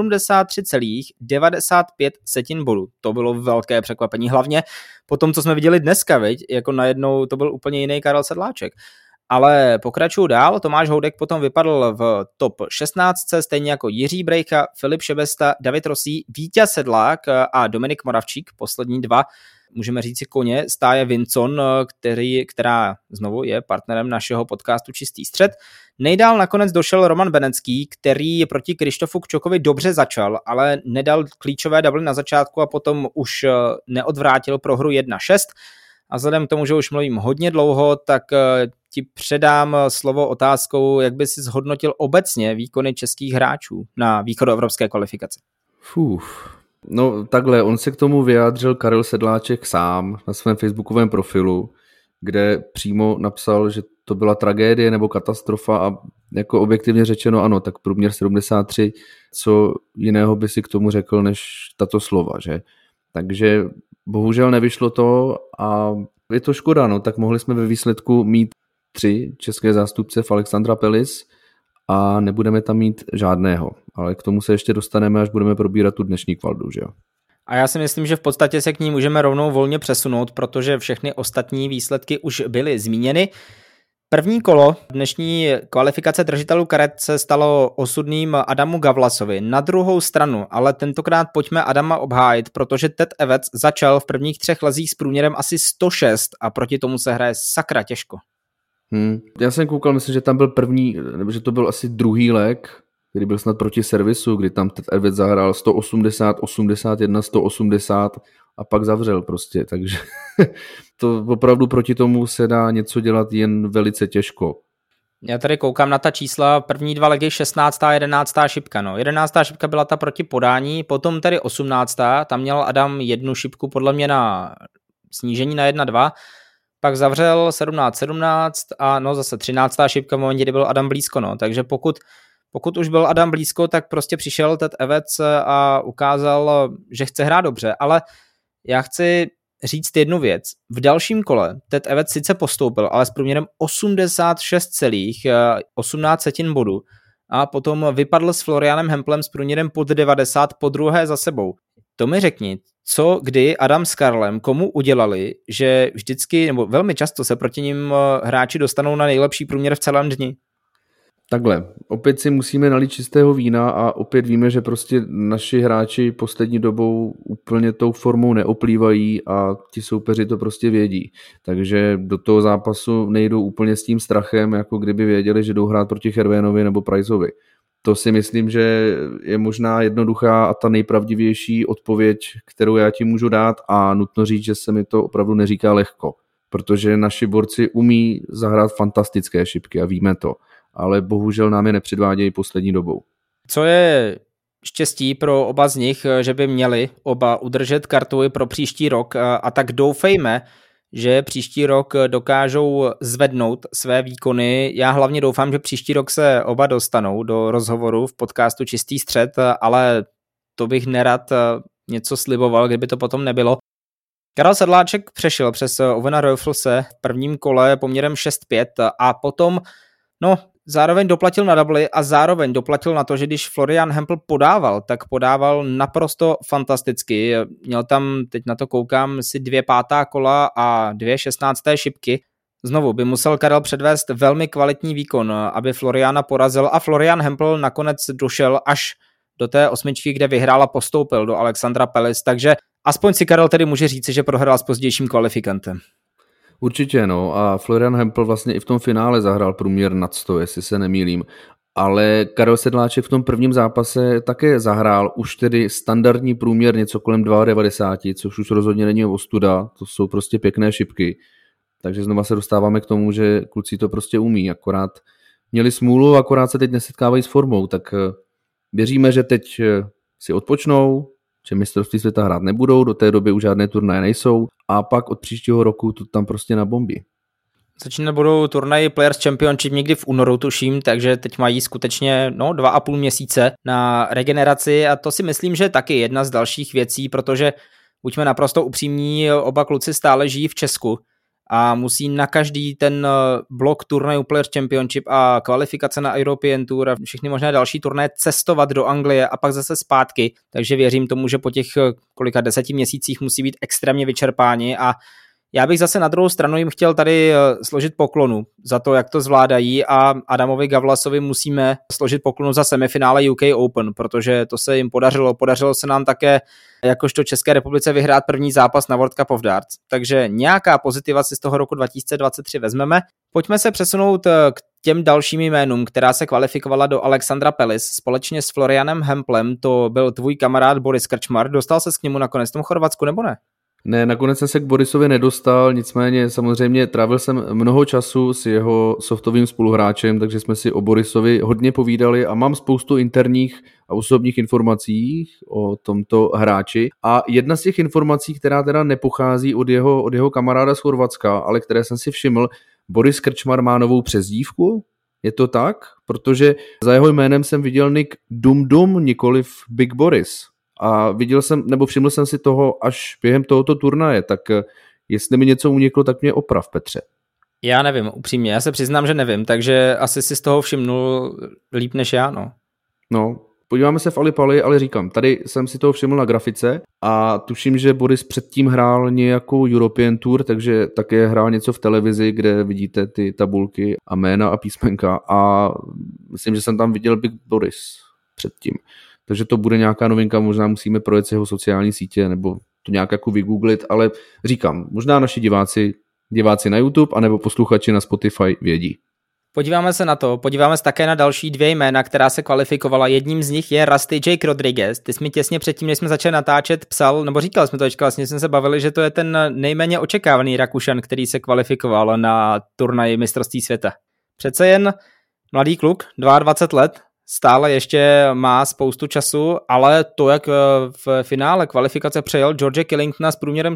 73,95 bodů. To bylo velké překvapení, hlavně po tom, co jsme viděli dneska, viď? Jako najednou to byl úplně jiný Karel Sedláček. Ale pokračuju dál, Tomáš Houdek potom vypadl v top 16, stejně jako Jiří Brejcha, Filip Šebesta, David Rosí, Vítěz Sedlák a Dominik Moravčík, poslední dva, můžeme říci koně, stáje Vincon, která znovu je partnerem našeho podcastu Čistý střed. Nejdál nakonec došel Roman Benecký, který proti Krištofu Kčokovi dobře začal, ale nedal klíčové double na začátku a potom už neodvrátil prohru 1-6. A vzhledem k tomu, že už mluvím hodně dlouho, tak ti předám slovo otázkou, jak by si zhodnotil obecně výkony českých hráčů na východoevropské kvalifikaci. No takhle, on se k tomu vyjádřil Karel Sedláček sám na svém facebookovém profilu, kde přímo napsal, že to byla tragédie nebo katastrofa a jako objektivně řečeno ano, tak průměr 73, co jiného by si k tomu řekl než tato slova, že? Takže bohužel nevyšlo to a je to škoda, no, tak mohli jsme ve výsledku mít 3 české zástupce v Alexandra Pelis a nebudeme tam mít žádného, ale k tomu se ještě dostaneme, až budeme probírat tu dnešní kvaldu, že jo. A já si myslím, že v podstatě se k ní můžeme rovnou volně přesunout, protože všechny ostatní výsledky už byly zmíněny. První kolo dnešní kvalifikace držitelů karet se stalo osudným Adamu Gavlasovi. Na druhou stranu, ale tentokrát pojďme Adama obhájit, protože Ted Evans začal v prvních 3 lezích s průměrem asi 106 a proti tomu se hraje sakra těžko. Já jsem koukal, myslím, že tam byl první, nebo že to byl asi druhý leg, který byl snad proti servisu, kdy tam Ted Evans zahrál 180, 81, 180 a pak zavřel prostě, takže to opravdu proti tomu se dá něco dělat jen velice těžko. Já tady koukám na ta čísla, první 2 legy 16. a 11. šipka, no. 11. šipka byla ta proti podání, potom tady 18. tam měl Adam jednu šipku podle mě na snížení na 1-2, pak zavřel 17-17 a no zase 13. šipka v momentě, kdy byl Adam blízko, no. Takže pokud už byl Adam blízko, tak prostě přišel Ted Evans a ukázal, že chce hrát dobře, ale já chci říct jednu věc. V dalším kole Ted Evans sice postoupil, ale s průměrem 86,18 bodů a potom vypadl s Florianem Hemplem s průměrem pod 90 po druhé za sebou. To mi řekni, co kdy Adam s Karlem komu udělali, že vždycky nebo velmi často se proti nim hráči dostanou na nejlepší průměr v celém dni? Takhle, opět si musíme nalít čistého vína a opět víme, že prostě naši hráči poslední dobou úplně tou formou neoplývají a ti soupeři to prostě vědí. Takže do toho zápasu nejdou úplně s tím strachem, jako kdyby věděli, že jdou hrát proti Hervénovi nebo Priceovi. To si myslím, že je možná jednoduchá a ta nejpravdivější odpověď, kterou já ti můžu dát a nutno říct, že se mi to opravdu neříká lehko, protože naši borci umí zahrát fantastické šipky a víme to. Ale bohužel nám je nepředvádějí poslední dobou. Co je štěstí pro oba z nich, že by měli oba udržet kartu i pro příští rok a tak doufejme, že příští rok dokážou zvednout své výkony. Já hlavně doufám, že příští rok se oba dostanou do rozhovoru v podcastu Čistý střed, ale to bych nerad něco sliboval, kdyby to potom nebylo. Karel Sedláček přešel přes Ovena Röflse v prvním kole poměrem 6-5 a potom zároveň doplatil na double a zároveň doplatil na to, že když Florian Hempel podával, tak podával naprosto fantasticky. Měl tam, teď na to koukám, si 2 pátá kola a 2 16. šipky. Znovu by musel Karel předvést velmi kvalitní výkon, aby Floriana porazil a Florian Hempel nakonec došel až do té 8, kde vyhrál a postoupil do Alexandra Pelis, takže aspoň si Karel tedy může říci, že prohrál s pozdějším kvalifikantem. Určitě, no, a Florian Hempel vlastně i v tom finále zahrál průměr nad 100, jestli se nemýlím. Ale Karel Sedláček v tom prvním zápase také zahrál už tedy standardní průměr něco kolem 92, což už rozhodně není ostuda, to jsou prostě pěkné šipky. Takže znova se dostáváme k tomu, že kluci to prostě umí, akorát měli smůlu, akorát se teď nesetkávají s formou, tak věříme, že teď si odpočnou, že mistrovství světa hrát nebudou, do té doby už žádné turnaje nejsou a pak od příštího roku to tam prostě nabombí. Začínat budou turnaje Players Championship někdy v únoru, tuším, takže teď mají skutečně 2,5 měsíce na regeneraci a to si myslím, že je taky jedna z dalších věcí, protože buďme naprosto upřímní, oba kluci stále žijí v Česku a musí na každý ten blok turnajů Players Championship a kvalifikace na European Tour a všechny možné další turnaje cestovat do Anglie a pak zase zpátky, takže věřím tomu, že po těch 10 měsících musí být extrémně vyčerpáni a já bych zase na druhou stranu jim chtěl tady složit poklonu za to, jak to zvládají a Adamovi Gavlasovi musíme složit poklonu za semifinále UK Open, protože to se jim podařilo. Podařilo se nám také jakožto České republice vyhrát první zápas na World Cup of Darts, takže nějaká pozitiva si z toho roku 2023 vezmeme. Pojďme se přesunout k těm dalším jménům, která se kvalifikovala do Alexandra Pellis společně s Florianem Hemplem, to byl tvůj kamarád Boris Krčmar, dostal se k němu nakonec v tom Chorvatsku nebo ne? Ne, nakonec jsem se k Borisovi nedostal, nicméně samozřejmě trávil jsem mnoho času s jeho softovým spoluhráčem, takže jsme si o Borisovi hodně povídali a mám spoustu interních a osobních informací o tomto hráči. A jedna z těch informací, která teda nepochází od jeho kamaráda z Chorvatska, ale které jsem si všiml, Boris Krčmar má novou přezdívku? Je to tak? Protože za jeho jménem jsem viděl nick Dum Dum, nikoliv Big Boris. A všiml jsem si toho až během tohoto turnaje, tak jestli mi něco uniklo, tak mě oprav, Petře. Já nevím, upřímně, já se přiznám, že nevím, takže asi si z toho všimnul líp než já, no. No, podíváme se v Alipali, ale říkám, tady jsem si toho všiml na grafice a tuším, že Boris předtím hrál nějakou European Tour, takže také hrál něco v televizi, kde vidíte ty tabulky a jména a písmenka a myslím, že jsem tam viděl Big Boris předtím. Takže to bude nějaká novinka, možná musíme projet z jeho sociální sítě nebo to nějak jako vygooglit, ale říkám, možná naši diváci na YouTube anebo posluchači na Spotify vědí. Podíváme se na to, podíváme se také na další dvě jména, která se kvalifikovala. Jedním z nich je Rusty Jake Rodriguez. Ty jsi mi těsně předtím, než jsme začali natáčet, psal, nebo říkal jsme to, vlastně jsme se bavili, že to je ten nejméně očekávaný Rakušan, který se kvalifikoval na turnaji mistrovství světa. Přece jen mladý kluk, 22 let, stále ještě má spoustu času, ale to, jak v finále kvalifikace přejel George Killingtona s průměrem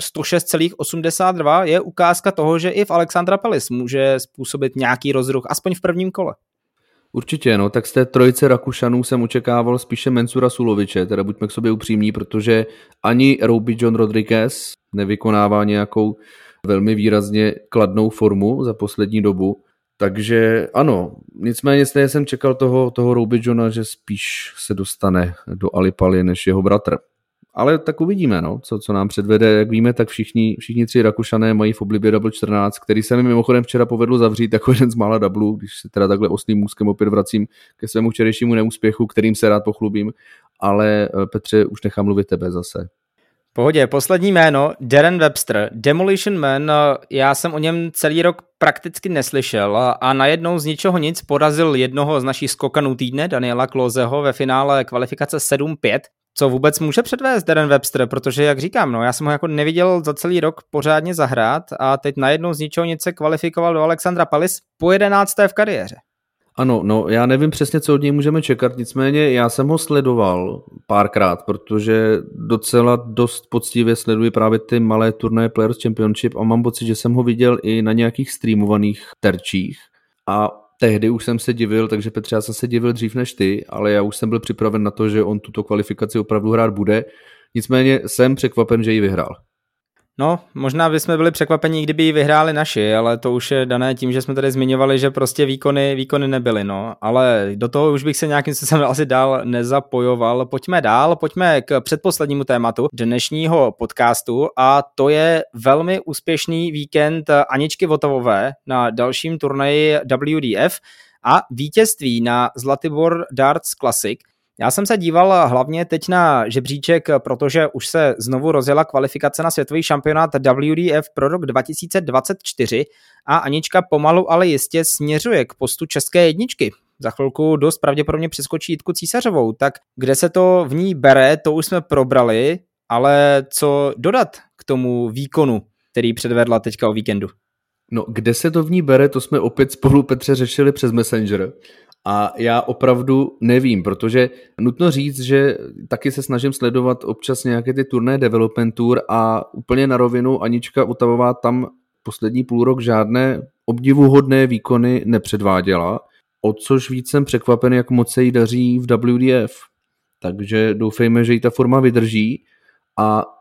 106,82 je ukázka toho, že i v Alexandra Pellis může způsobit nějaký rozruch, aspoň v prvním kole. Určitě, no, tak z té trojice Rakušanů jsem očekával spíše Mensura Suloviče, teda buďme k sobě upřímní, protože ani Roby John Rodriguez nevykonává nějakou velmi výrazně kladnou formu za poslední dobu. Takže ano, nicméně jsem čekal toho Roby Johna, že spíš se dostane do Alipali než jeho bratr. Ale tak uvidíme, no, co nám předvede. Jak víme, tak všichni tři Rakušané mají v oblibě double 14, který se mi mimochodem včera povedlo zavřít jako jeden z mála doublů, když se teda takhle oslým můzkem opět vracím ke svému včerejšímu neúspěchu, kterým se rád pochlubím. Ale Petře, už nechám mluvit tebe zase. Pohodě, poslední jméno, Darren Webster, Demolition Man, já jsem o něm celý rok prakticky neslyšel a najednou z ničeho nic porazil jednoho z našich skokanů týdne, Daniela Kloseho, ve finále kvalifikace 7-5. Co vůbec může předvést Darren Webster, protože jak říkám, no, já jsem ho jako neviděl za celý rok pořádně zahrát a teď najednou z ničeho nic se kvalifikoval do Alexandra Pellis po 11. v kariéře. Ano, no já nevím přesně, co od něj můžeme čekat, nicméně já jsem ho sledoval párkrát, protože docela dost poctivě sleduji právě ty malé turnaje Players Championship a mám pocit, že jsem ho viděl i na nějakých streamovaných terčích a tehdy už jsem se divil, takže Petře, já jsem se divil dřív než ty, ale já už jsem byl připraven na to, že on tuto kvalifikaci opravdu hrát bude, nicméně jsem překvapen, že ji vyhrál. No, možná bychom byli překvapení, kdyby ji vyhráli naši, ale to už je dané tím, že jsme tady zmiňovali, že prostě výkony nebyly, no. Ale do toho už bych se nějakým způsobem asi dál nezapojoval. Pojďme dál, pojďme k předposlednímu tématu dnešního podcastu a to je velmi úspěšný víkend Aničky Votavové na dalším turnaji WDF a vítězství na Zlatibor Darts Classic. Já jsem se díval hlavně teď na žebříček, protože už se znovu rozjela kvalifikace na světový šampionát WDF pro rok 2024 a Anička pomalu, ale jistě směřuje k postu české jedničky. Za chvilku dost pravděpodobně přeskočí Jitku Císařovou, tak kde se to v ní bere, to už jsme probrali, ale co dodat k tomu výkonu, který předvedla teďka o víkendu? No, kde se to v ní bere, to jsme opět spolu, Petře, řešili přes Messenger. A já opravdu nevím, protože nutno říct, že taky se snažím sledovat občas nějaké ty turné Development Tour a úplně na rovinu Anička Votavová tam poslední půl rok žádné obdivuhodné výkony nepředváděla, o což víc jsem překvapen, jak moc se jí daří v WDF. Takže doufejme, že jí ta forma vydrží a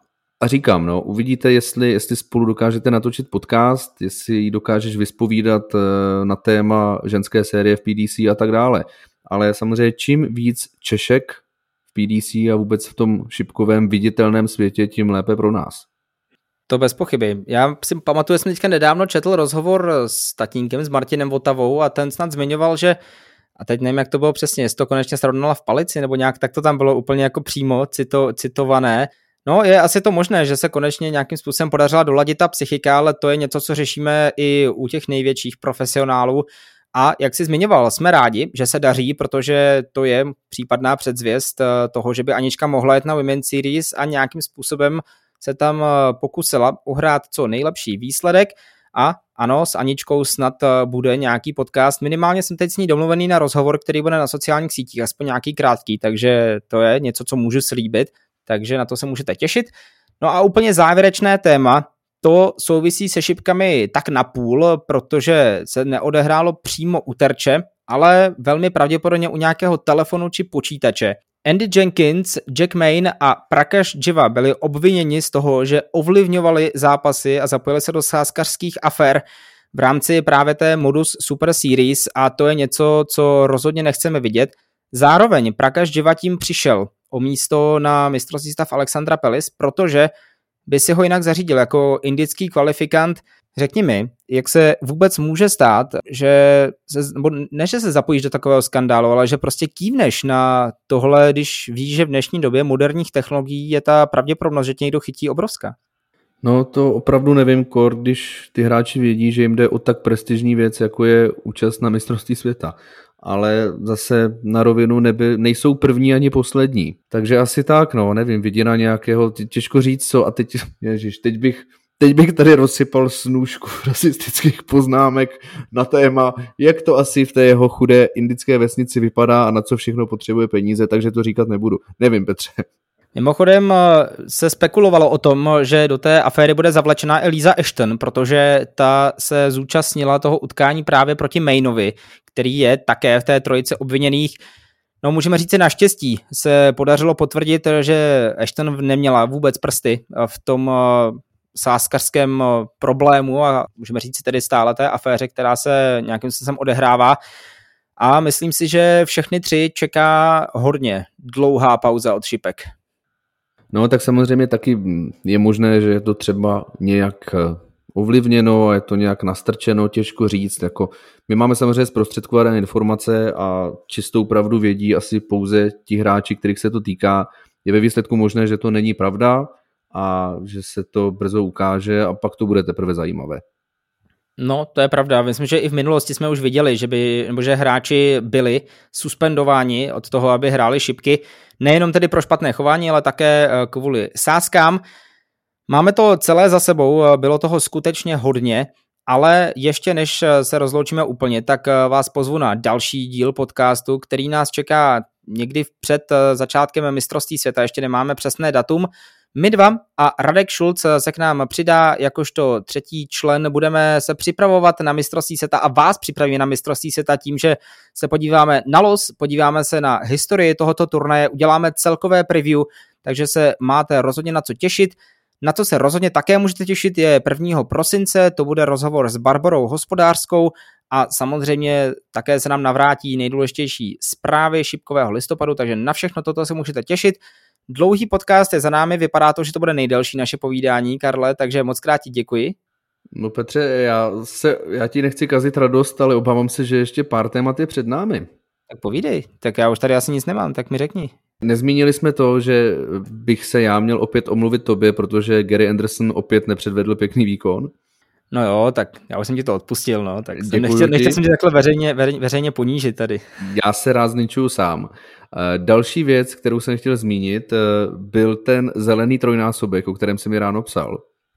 A říkám, no, uvidíte, jestli spolu dokážete natočit podcast, jestli ji dokážeš vyspovídat na téma ženské série v PDC a tak dále. Ale samozřejmě čím víc Češek v PDC a vůbec v tom šipkovém viditelném světě, tím lépe pro nás. To bez pochyby. Já si pamatuju, že jsem teďka nedávno četl rozhovor s tatínkem, s Martinem Votavou a ten snad zmiňoval, že, a teď nevím, jak to bylo přesně, jestli to konečně srovnala v Palici, nebo nějak tak to tam bylo úplně jako přímo citované. No, je asi to možné, že se konečně nějakým způsobem podařila doladit ta psychika, ale to je něco, co řešíme i u těch největších profesionálů. A jak jsi zmiňoval, jsme rádi, že se daří, protože to je případná předzvěst toho, že by Anička mohla jet na Women's Series a nějakým způsobem se tam pokusila uhrát co nejlepší výsledek. A ano, s Aničkou snad bude nějaký podcast. Minimálně jsem teď s ní domluvený na rozhovor, který bude na sociálních sítích, aspoň nějaký krátký, takže to je něco, co můžu slíbit, takže na to se můžete těšit. No a úplně závěrečné téma, to souvisí se šipkami tak napůl, protože se neodehrálo přímo u terče, ale velmi pravděpodobně u nějakého telefonu či počítače. Andy Jenkins, Jack Mayne a Prakash Jiva byli obviněni z toho, že ovlivňovali zápasy a zapojili se do sázkařských afér v rámci právě té Modus Super Series a to je něco, co rozhodně nechceme vidět. Zároveň Prakash Jiva tím přišel o místo na mistrovství světa v Alexandra Pellis, protože by si ho jinak zařídil jako indický kvalifikant. Řekni mi, jak se vůbec může stát, že se zapojíš do takového skandálu, ale že prostě kývneš na tohle, když víš, že v dnešní době moderních technologií je ta pravděpodobnost, že tě někdo chytí, obrovská. No to opravdu nevím, když ty hráči vědí, že jim jde o tak prestižní věc, jako je účast na mistrovství světa. Ale zase na rovinu nejsou první ani poslední. Takže asi tak, no, nevím, vidina nějakého, těžko říct co a teď bych tady rozsypal snůšku rasistických poznámek na téma, jak to asi v té jeho chudé indické vesnici vypadá a na co všechno potřebuje peníze, takže to říkat nebudu. Nevím, Petře. Mimochodem se spekulovalo o tom, že do té aféry bude zavlečená Elisa Ashton, protože ta se zúčastnila toho utkání právě proti Maynovi, který je také v té trojice obviněných. No můžeme říct, že naštěstí se podařilo potvrdit, že Ashton neměla vůbec prsty v tom sázkařském problému a můžeme říct tedy stále té aféře, která se nějakým způsobem odehrává. A myslím si, že všechny tři čeká hodně dlouhá pauza od šipek. No tak samozřejmě taky je možné, že je to třeba nějak ovlivněno, je to nějak nastrčeno, těžko říct. Jako my máme samozřejmě zprostředkované informace a čistou pravdu vědí asi pouze ti hráči, kterých se to týká. Je ve výsledku možné, že to není pravda a že se to brzo ukáže a pak to bude teprve zajímavé. No, to je pravda. Myslím, že i v minulosti jsme už viděli, že hráči byli suspendováni od toho, aby hráli šipky. Nejenom tedy pro špatné chování, ale také kvůli sázkám. Máme to celé za sebou, bylo toho skutečně hodně, ale ještě než se rozloučíme úplně, tak vás pozvu na další díl podcastu, který nás čeká někdy před začátkem mistrovství světa, ještě nemáme přesné datum. My dva a Radek Šulc se k nám přidá jakožto třetí člen, budeme se připravovat na mistrovství světa a vás připravíme na mistrovství světa tím, že se podíváme na los, podíváme se na historii tohoto turnaje, uděláme celkové preview, takže se máte rozhodně na co těšit. Na co se rozhodně také můžete těšit je 1. prosince, to bude rozhovor s Barborou Hospodářskou a samozřejmě také se nám navrátí nejdůležitější zprávy šipkového listopadu, takže na všechno toto se můžete těšit. Dlouhý podcast je za námi, vypadá to, že to bude nejdelší naše povídání, Karle, takže moc krát ti děkuji. No Petře, já ti nechci kazit radost, ale obávám se, že ještě pár témat je před námi. Tak povídej, tak já už tady asi nic nemám, tak mi řekni. Nezmínili jsme to, že bych se já měl opět omluvit tobě, protože Gary Anderson opět nepředvedl pěkný výkon. No jo, tak já už jsem ti to odpustil, no, tak nechtěl jsem ti takhle veřejně ponížit tady. Já se rád zničuju sám. Další věc, kterou jsem chtěl zmínit, byl ten zelený trojnásobek, o kterém jsem mi ráno psal.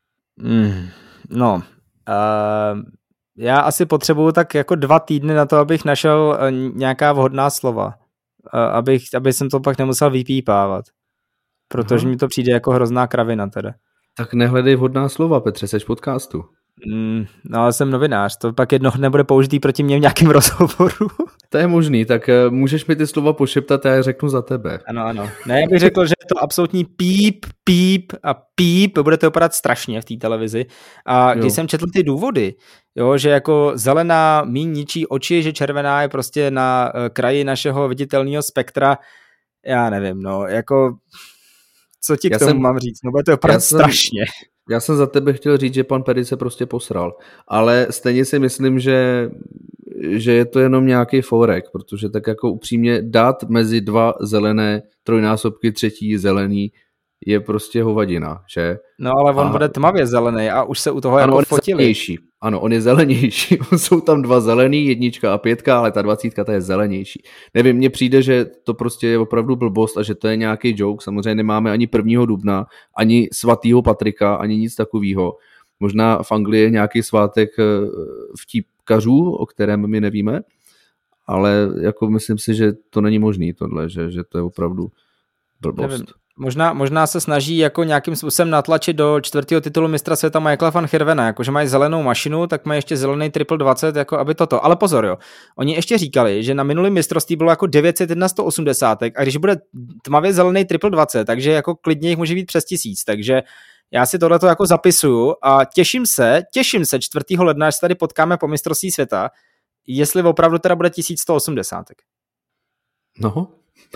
Já asi potřebuju tak jako 2 týdny na to, abych našel nějaká vhodná slova. Aby jsem to pak nemusel vypípávat. Protože mi to přijde jako hrozná kravina teda. Tak nehledej vhodná slova, Petře, seš v podcastu. No, ale jsem novinář, to pak jednoho nebude použitý proti mě v nějakém rozhovoru. To je možný, tak můžeš mi ty slova pošeptat a já je řeknu za tebe. Ano. Ne, já bych řekl, že je to absolutní píp, bude to vypadat strašně v té televizi. A když jsem četl ty důvody, jo, že jako zelená míň ničí oči, že červená je prostě na kraji našeho viditelného spektra, já nevím, no, jako co ti k tomu mám říct, no bude to vypadat strašně. Já jsem za tebe chtěl říct, že pan Perry se prostě posral, ale stejně si myslím, že je to jenom nějaký forek, protože tak jako upřímně dát mezi dva zelené trojnásobky třetí zelený je prostě hovadina, že? No ale on bude tmavě zelený a už se u toho jako fotili. Ano, on je zelenější. Jsou tam dva zelený, 1 a 5, ale ta 20 ta je zelenější. Nevím, mně přijde, že to prostě je opravdu blbost a že to je nějaký joke. Samozřejmě nemáme ani 1. dubna, ani svatýho Patrika, ani nic takového. Možná v Anglii je nějaký svátek vtípkařů, o kterém my nevíme, ale jako myslím si, že to není možný tohle, že to je opravdu blbost. Nevím. Možná se snaží jako nějakým způsobem natlačit do 4. titulu mistra světa Michaela van Gerwena, jakože mají zelenou mašinu, tak mají ještě zelený triple 20, jako aby toto. Ale pozor, jo. Oni ještě říkali, že na minulém mistrovství bylo jako 901 180 a když bude tmavě zelený triple 20, takže jako klidně jich může být přes 1000, takže já si tohleto jako zapisuju a těším se 4. ledna, až se tady potkáme po mistrovství světa, jestli opravdu teda bude 1180. No.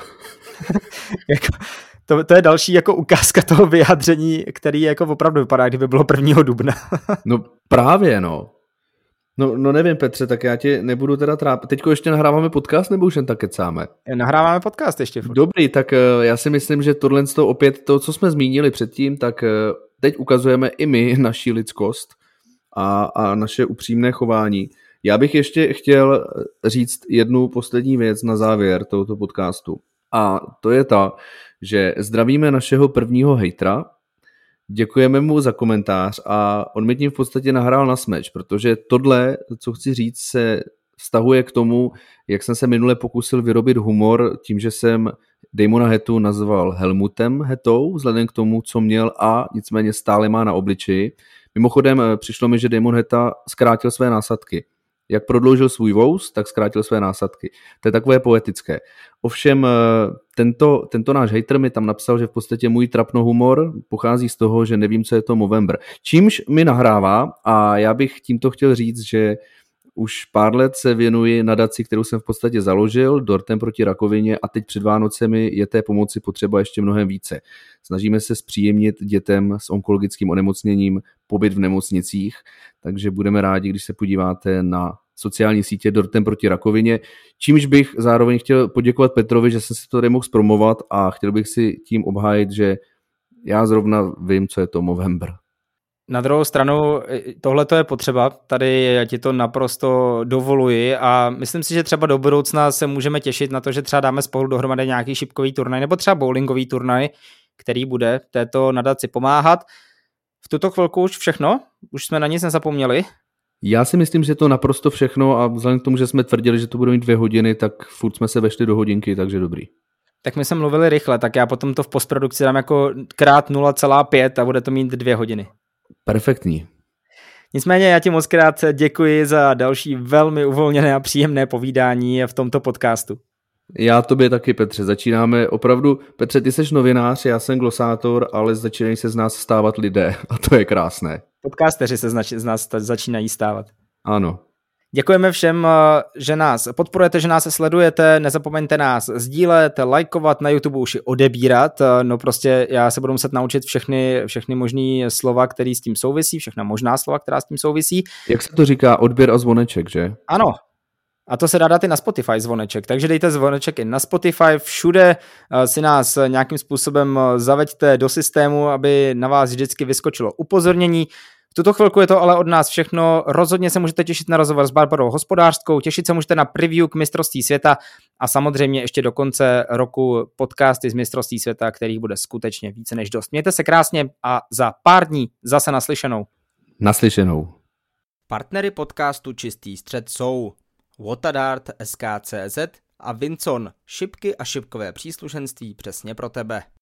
To je další jako ukázka toho vyjádření, který jako opravdu vypadá, kdyby bylo 1. dubna. No právě, no. No nevím, Petře, tak já tě nebudu teda trápit. Teďko ještě nahráváme podcast, nebo už jen tak kecáme? Nahráváme podcast ještě. Dobrý, tak já si myslím, že tohle opět to, co jsme zmínili předtím, tak teď ukazujeme i my naši lidskost a naše upřímné chování. Já bych ještě chtěl říct jednu poslední věc na závěr tohoto podcastu. A to je ta, že zdravíme našeho prvního hejtra, děkujeme mu za komentář a on mi tím v podstatě nahrál na smeč, protože tohle, co chci říct, se vztahuje k tomu, jak jsem se minule pokusil vyrobit humor tím, že jsem Damona Hettu nazval Helmutem Hettou, vzhledem k tomu, co měl a nicméně stále má na obličeji. Mimochodem přišlo mi, že Damon Hetta zkrátil své násadky. Jak prodloužil svůj vous, tak zkrátil své násadky. To je takové poetické. Ovšem tento náš hater mi tam napsal, že v podstatě můj trapnohumor pochází z toho, že nevím, co je to Movember. Čímž mi nahrává a já bych tímto chtěl říct, že už pár let se věnuji nadaci, kterou jsem v podstatě založil, Dortem proti rakovině a teď před Vánocemi je té pomoci potřeba ještě mnohem více. Snažíme se zpříjemnit dětem s onkologickým onemocněním pobyt v nemocnicích, takže budeme rádi, když se podíváte na sociální sítě Dortem proti rakovině, čímž bych zároveň chtěl poděkovat Petrovi, že jsem si to tady mohl zpromovat a chtěl bych si tím obhájit, že já zrovna vím, co je to Movember. Na druhou stranu, tohle to je potřeba, tady já ti to naprosto dovoluji a myslím si, že třeba do budoucna se můžeme těšit na to, že třeba dáme spolu dohromady nějaký šipkový turnaj nebo třeba bowlingový turnaj, který bude této nadaci pomáhat. V tuto chvilku už všechno? Už jsme na nic nezapomněli? Já si myslím, že to naprosto všechno a vzhledem k tomu, že jsme tvrdili, že to budou mít 2 hodiny, tak furt jsme se vešli do hodinky, takže dobrý. Tak my jsme mluvili rychle, tak já potom to v postprodukci dám jako krát 0,5 a bude to mít 2 hodiny. Perfektní. Nicméně já ti moc krát děkuji za další velmi uvolněné a příjemné povídání v tomto podcastu. Já tobě taky, Petře. Začínáme opravdu, Petře, ty seš novinář, já jsem glosátor, ale začínají se z nás stávat lidé a to je krásné. Podcasteři se z nás začínají stávat. Ano. Děkujeme všem, že nás podporujete, že nás sledujete, nezapomeňte nás sdílet, lajkovat, na YouTube už i odebírat, no prostě já se budu muset naučit všechny možný slova, které s tím souvisí, všechna možná slova, která s tím souvisí. Jak se to říká, odběr a zvoneček, že? Ano. A to se dá dát i na Spotify zvoneček, takže dejte zvoneček i na Spotify, všude si nás nějakým způsobem zaveďte do systému, aby na vás vždycky vyskočilo upozornění. V tuto chvilku je to ale od nás všechno, rozhodně se můžete těšit na rozhovor s Barbarou Hospodářskou, těšit se můžete na preview k mistrovství světa a samozřejmě ještě do konce roku podcasty z mistrovství světa, kterých bude skutečně více než dost. Mějte se krásně a za pár dní zase naslyšenou. Naslyšenou. Partnery podcastu Čistý střed jsou Watadart SK.cz a Vincon, šipky a šipkové příslušenství přesně pro tebe.